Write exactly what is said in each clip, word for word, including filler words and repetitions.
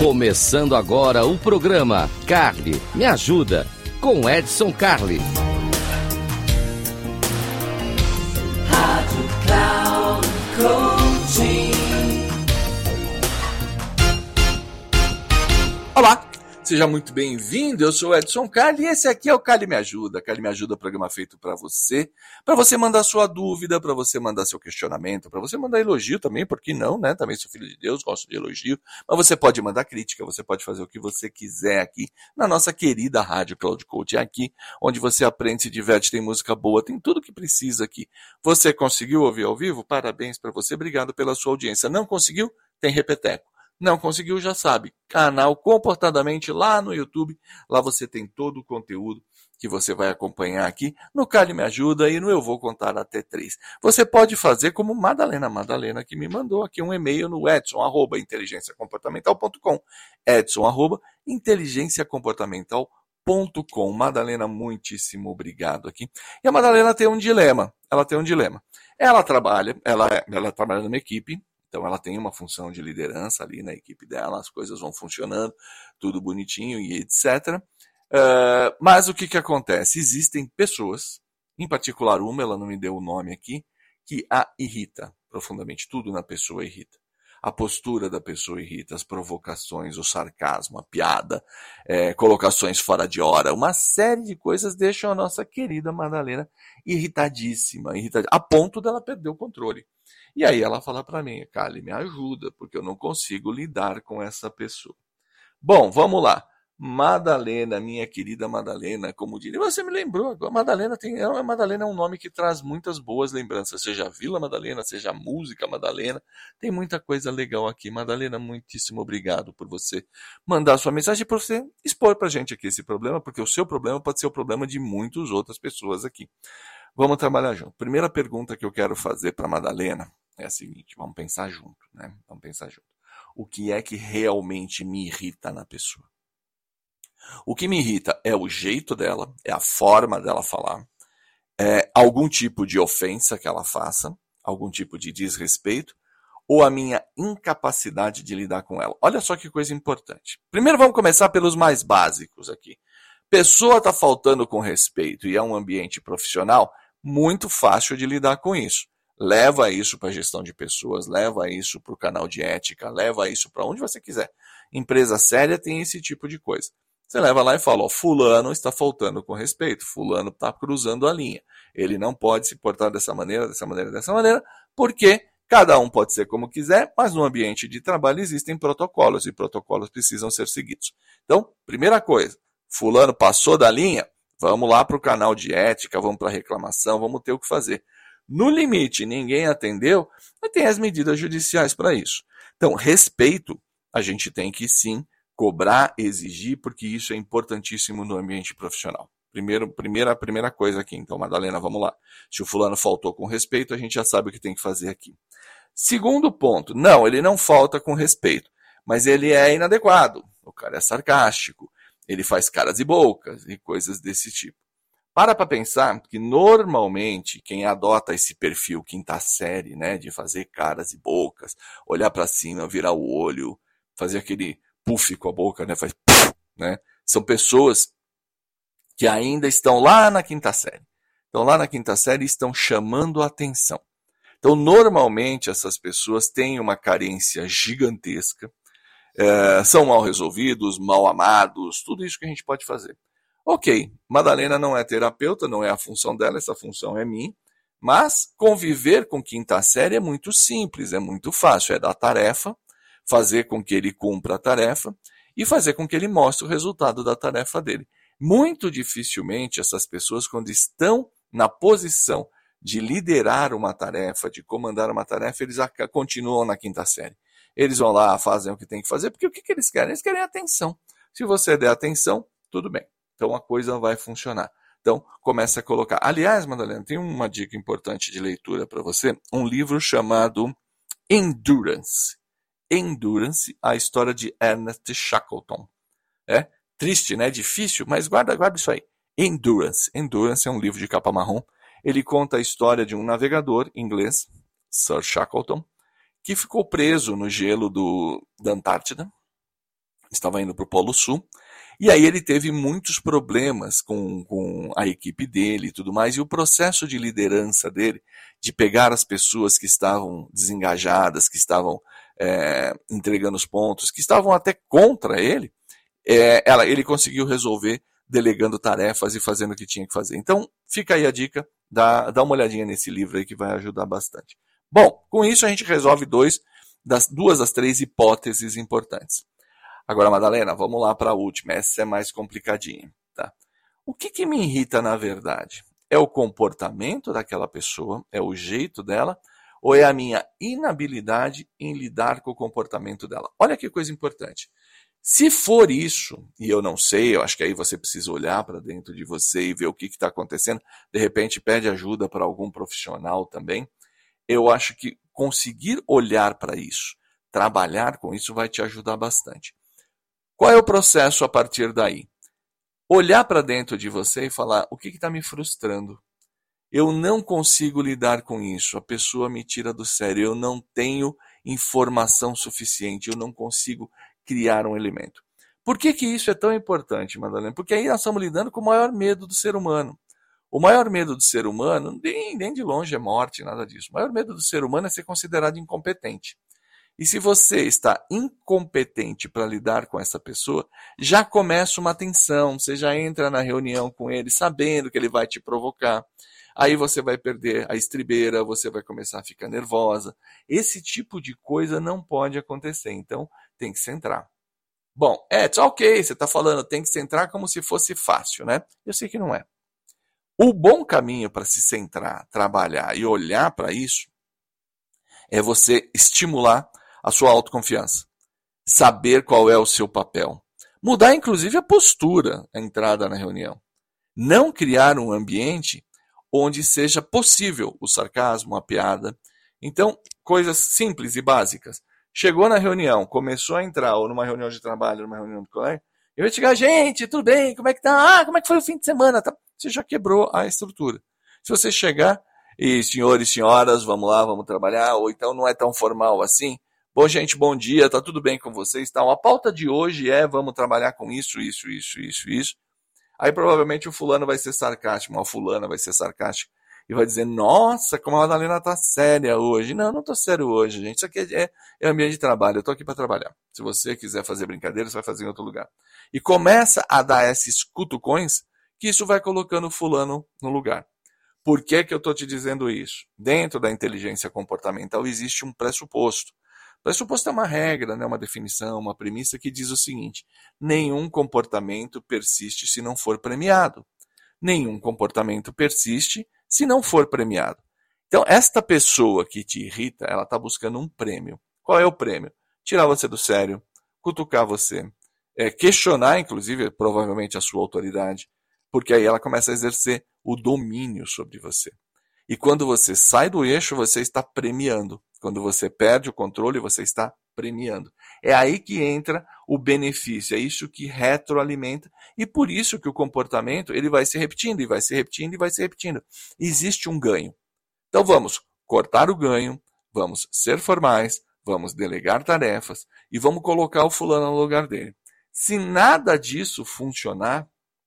Começando agora o programa Carly Me Ajuda, com Edson Carli. Rádio Cloud Coaching. Olá, seja muito bem-vindo, eu sou o Edson Carli e esse aqui é o Carli Me Ajuda. Carli Me Ajuda é um programa feito para você, para você mandar sua dúvida, para você mandar seu questionamento, para você mandar elogio também, por que não, né? Também sou filho de Deus, gosto de elogio, mas você pode mandar crítica, você pode fazer o que você quiser aqui na nossa querida Rádio Cloud Coaching, aqui onde você aprende, se diverte, tem música boa, tem tudo que precisa aqui. Você conseguiu ouvir ao vivo? Parabéns para você, obrigado pela sua audiência. Não conseguiu? Tem repeteco. Não conseguiu, já sabe, canal Comportadamente lá no YouTube, lá você tem todo o conteúdo que você vai acompanhar aqui no Carli Me Ajuda e no Eu Vou Contar Até Três. Você pode fazer como Madalena, Madalena que me mandou aqui um e-mail no edson arroba inteligência comportamental ponto com, edson arroba inteligência comportamental ponto com. Madalena, muitíssimo obrigado aqui. E a Madalena tem um dilema, ela tem um dilema. Ela trabalha, ela, ela trabalha numa equipe, então ela tem uma função de liderança ali na equipe dela, as coisas vão funcionando, tudo bonitinho e etcétera. Uh, mas o que, que acontece? Existem pessoas, em particular uma, ela não me deu o nome aqui, que a irrita profundamente. Tudo na pessoa irrita. A postura da pessoa irrita, as provocações, o sarcasmo, a piada, é, colocações fora de hora, uma série de coisas deixam a nossa querida Madalena irritadíssima, irritadíssima a ponto dela perder o controle. E aí ela fala para mim, Carli, me ajuda, porque eu não consigo lidar com essa pessoa. Bom, vamos lá. Madalena, minha querida Madalena, como diria, você me lembrou agora, Madalena tem, Madalena é um nome que traz muitas boas lembranças, seja a Vila Madalena, seja a música Madalena, tem muita coisa legal aqui. Madalena, muitíssimo obrigado por você mandar sua mensagem e por você expor pra gente aqui esse problema, porque o seu problema pode ser o problema de muitas outras pessoas aqui. Vamos trabalhar junto. Primeira pergunta que eu quero fazer para Madalena é a seguinte, vamos pensar junto, né? Vamos pensar junto. O que é que realmente me irrita na pessoa? O que me irrita é o jeito dela, é a forma dela falar, é algum tipo de ofensa que ela faça, algum tipo de desrespeito, ou a minha incapacidade de lidar com ela. Olha só que coisa importante. Primeiro vamos começar pelos mais básicos aqui. Pessoa está faltando com respeito e é um ambiente profissional, muito fácil de lidar com isso. Leva isso para a gestão de pessoas, leva isso para o canal de ética, leva isso para onde você quiser. Empresa séria tem esse tipo de coisa. Você leva lá e fala, ó, fulano está faltando com respeito, fulano está cruzando a linha. Ele não pode se portar dessa maneira, dessa maneira, dessa maneira, porque cada um pode ser como quiser, mas no ambiente de trabalho existem protocolos e protocolos precisam ser seguidos. Então, primeira coisa, fulano passou da linha, vamos lá para o canal de ética, vamos para a reclamação, vamos ter o que fazer. No limite, ninguém atendeu, mas tem as medidas judiciais para isso. Então, respeito, a gente tem que sim cobrar, exigir, porque isso é importantíssimo no ambiente profissional. Primeiro, primeira, primeira coisa aqui, então, Madalena, vamos lá. Se o fulano faltou com respeito, a gente já sabe o que tem que fazer aqui. Segundo ponto, não, ele não falta com respeito, mas ele é inadequado, o cara é sarcástico, ele faz caras e bocas e coisas desse tipo. Para para pensar que normalmente quem adota esse perfil quinta série, né, de fazer caras e bocas, olhar para cima, virar o olho, fazer aquele puff com a boca, né, faz puff, né, são pessoas que ainda estão lá na quinta série. Estão lá na quinta série e estão chamando a atenção. Então, normalmente essas pessoas têm uma carência gigantesca, é, são mal resolvidos, mal amados, tudo isso que a gente pode fazer. Ok, Madalena não é terapeuta, não é a função dela, essa função é minha, mas conviver com quinta série é muito simples, é muito fácil, é dar tarefa, fazer com que ele cumpra a tarefa e fazer com que ele mostre o resultado da tarefa dele. Muito dificilmente essas pessoas, quando estão na posição de liderar uma tarefa, de comandar uma tarefa, eles continuam na quinta série. Eles vão lá, fazem o que tem que fazer, porque o que eles querem? Eles querem atenção. Se você der atenção, tudo bem. Então a coisa vai funcionar. Então começa a colocar. Aliás, Madalena, tem uma dica importante de leitura para você. Um livro chamado Endurance. Endurance, a história de Ernest Shackleton. É triste, né? Difícil, mas guarda, guarda isso aí. Endurance. Endurance é um livro de capa marrom. Ele conta a história de um navegador inglês, Sir Shackleton, que ficou preso no gelo do, da Antártida. estava indo para o Polo Sul, e aí ele teve muitos problemas com, com a equipe dele e tudo mais, e o processo de liderança dele, de pegar as pessoas que estavam desengajadas, que estavam é, entregando os pontos, que estavam até contra ele, é, ela, ele conseguiu resolver delegando tarefas e fazendo o que tinha que fazer. Então, fica aí a dica, dá, dá uma olhadinha nesse livro aí que vai ajudar bastante. Bom, com isso a gente resolve dois das, duas das três hipóteses importantes. Agora, Madalena, vamos lá para a última. Essa é mais complicadinha. Tá? O que, que me irrita na verdade? É o comportamento daquela pessoa? É o jeito dela? Ou é a minha inabilidade em lidar com o comportamento dela? Olha que coisa importante. Se for isso, e eu não sei, eu acho que aí você precisa olhar para dentro de você e ver o que está acontecendo, de repente pede ajuda para algum profissional também, eu acho que conseguir olhar para isso, trabalhar com isso vai te ajudar bastante. Qual é o processo a partir daí? Olhar para dentro de você e falar, o que está me frustrando? Eu não consigo lidar com isso, a pessoa me tira do sério, eu não tenho informação suficiente, eu não consigo criar um elemento. Por que que isso é tão importante, Madalena? Porque aí nós estamos lidando com o maior medo do ser humano. O maior medo do ser humano, nem, nem de longe é morte, nada disso. O maior medo do ser humano é ser considerado incompetente. E se você está incompetente para lidar com essa pessoa, já começa uma tensão, você já entra na reunião com ele sabendo que ele vai te provocar. Aí você vai perder a estribeira, você vai começar a ficar nervosa. Esse tipo de coisa não pode acontecer, então tem que centrar. Bom, Edson, ok, você está falando tem que centrar como se fosse fácil, né? Eu sei que não é. O bom caminho para se centrar, trabalhar e olhar para isso é você estimular a sua autoconfiança. Saber qual é o seu papel. Mudar, inclusive, a postura, a entrada na reunião. Não criar um ambiente onde seja possível o sarcasmo, a piada. Então, coisas simples e básicas. Chegou na reunião, começou a entrar, ou numa reunião de trabalho, numa reunião de colega, eu ia chegar, gente, tudo bem, como é que tá? Ah, como é que foi o fim de semana? Tá? Você já quebrou a estrutura. Se você chegar, e senhores e senhoras, vamos lá, vamos trabalhar, ou então não é tão formal assim, bom, gente, bom dia, tá tudo bem com vocês? Tá? A pauta de hoje é, vamos trabalhar com isso, isso, isso, isso, isso. Aí provavelmente o fulano vai ser sarcástico, a fulana vai ser sarcástica e vai dizer, nossa, como a Madalena tá séria hoje. Não, não tô sério hoje, gente. Isso aqui é, é ambiente de trabalho, eu tô aqui para trabalhar. Se você quiser fazer brincadeira, você vai fazer em outro lugar. E começa a dar esses cutucões que isso vai colocando o fulano no lugar. Por que que eu tô te dizendo isso? Dentro da inteligência comportamental existe um pressuposto. Pressuposto é uma regra, né, uma definição, uma premissa que diz o seguinte, nenhum comportamento persiste se não for premiado. Nenhum comportamento persiste se não for premiado. Então, esta pessoa que te irrita, ela está buscando um prêmio. Qual é o prêmio? Tirar você do sério, cutucar você, é, questionar, inclusive, provavelmente a sua autoridade, porque aí ela começa a exercer o domínio sobre você. E quando você sai do eixo, você está premiando. Quando você perde o controle, você está premiando. É aí que entra o benefício, é isso que retroalimenta e por isso que o comportamento ele vai se repetindo, e vai se repetindo, e vai se repetindo. Existe um ganho. Então vamos cortar o ganho, vamos ser formais, vamos delegar tarefas e vamos colocar o fulano no lugar dele. Se nada disso funcionar,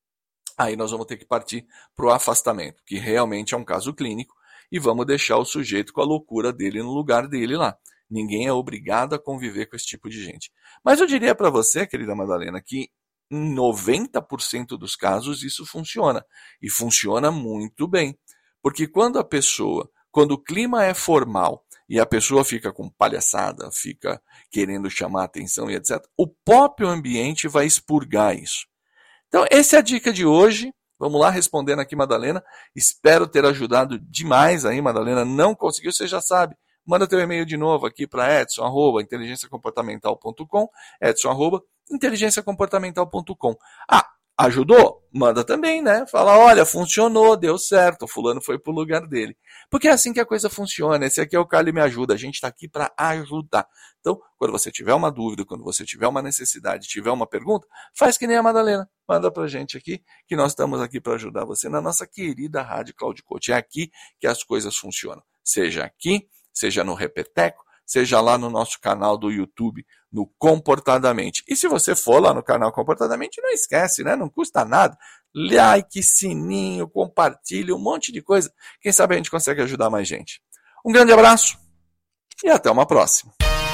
aí nós vamos ter que partir para o afastamento, que realmente é um caso clínico, e vamos deixar o sujeito com a loucura dele no lugar dele lá. Ninguém é obrigado a conviver com esse tipo de gente. Mas eu diria para você, querida Madalena, que em noventa por cento dos casos isso funciona. E funciona muito bem. Porque quando a pessoa, quando o clima é formal e a pessoa fica com palhaçada, fica querendo chamar atenção e etcétera, o próprio ambiente vai expurgar isso. Então, essa é a dica de hoje. Vamos lá, respondendo aqui, Madalena. Espero ter ajudado demais aí, Madalena. Não conseguiu, você já sabe. Manda teu e-mail de novo aqui para edson arroba inteligência comportamental ponto com, edson arroba inteligência comportamental ponto com. Ah, ajudou? Manda também, né? Fala, olha, funcionou, deu certo, o fulano foi pro lugar dele. Porque é assim que a coisa funciona. Esse aqui é o Carly Me Ajuda. A gente está aqui para ajudar. Então, quando você tiver uma dúvida, quando você tiver uma necessidade, tiver uma pergunta, faz que nem a Madalena. Manda pra gente aqui, que nós estamos aqui para ajudar você na nossa querida Rádio Cloud Coach. É aqui que as coisas funcionam. Seja aqui, seja no Repeteco, seja lá no nosso canal do YouTube, no Comportadamente. E se você for lá no canal Comportadamente, não esquece, né? Não custa nada. Like, sininho, compartilhe, um monte de coisa. Quem sabe a gente consegue ajudar mais gente. Um grande abraço e até uma próxima.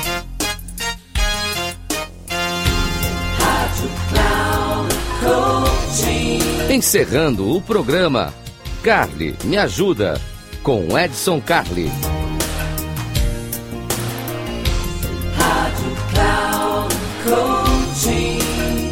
Encerrando o programa, Carly Me Ajuda, com Edson Carli. Rádio Cloud Coaching.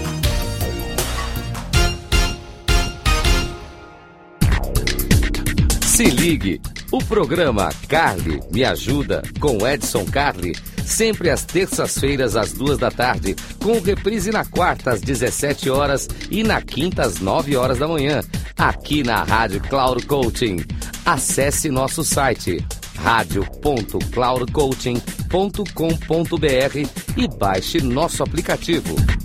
Se ligue, o programa Carly Me Ajuda, com Edson Carli, sempre às terças-feiras às duas da tarde, com reprise na quarta às dezessete horas e na quinta às nove horas da manhã, aqui na Rádio Cloud Coaching. Acesse nosso site rádio ponto cloud coaching ponto com ponto br e baixe nosso aplicativo.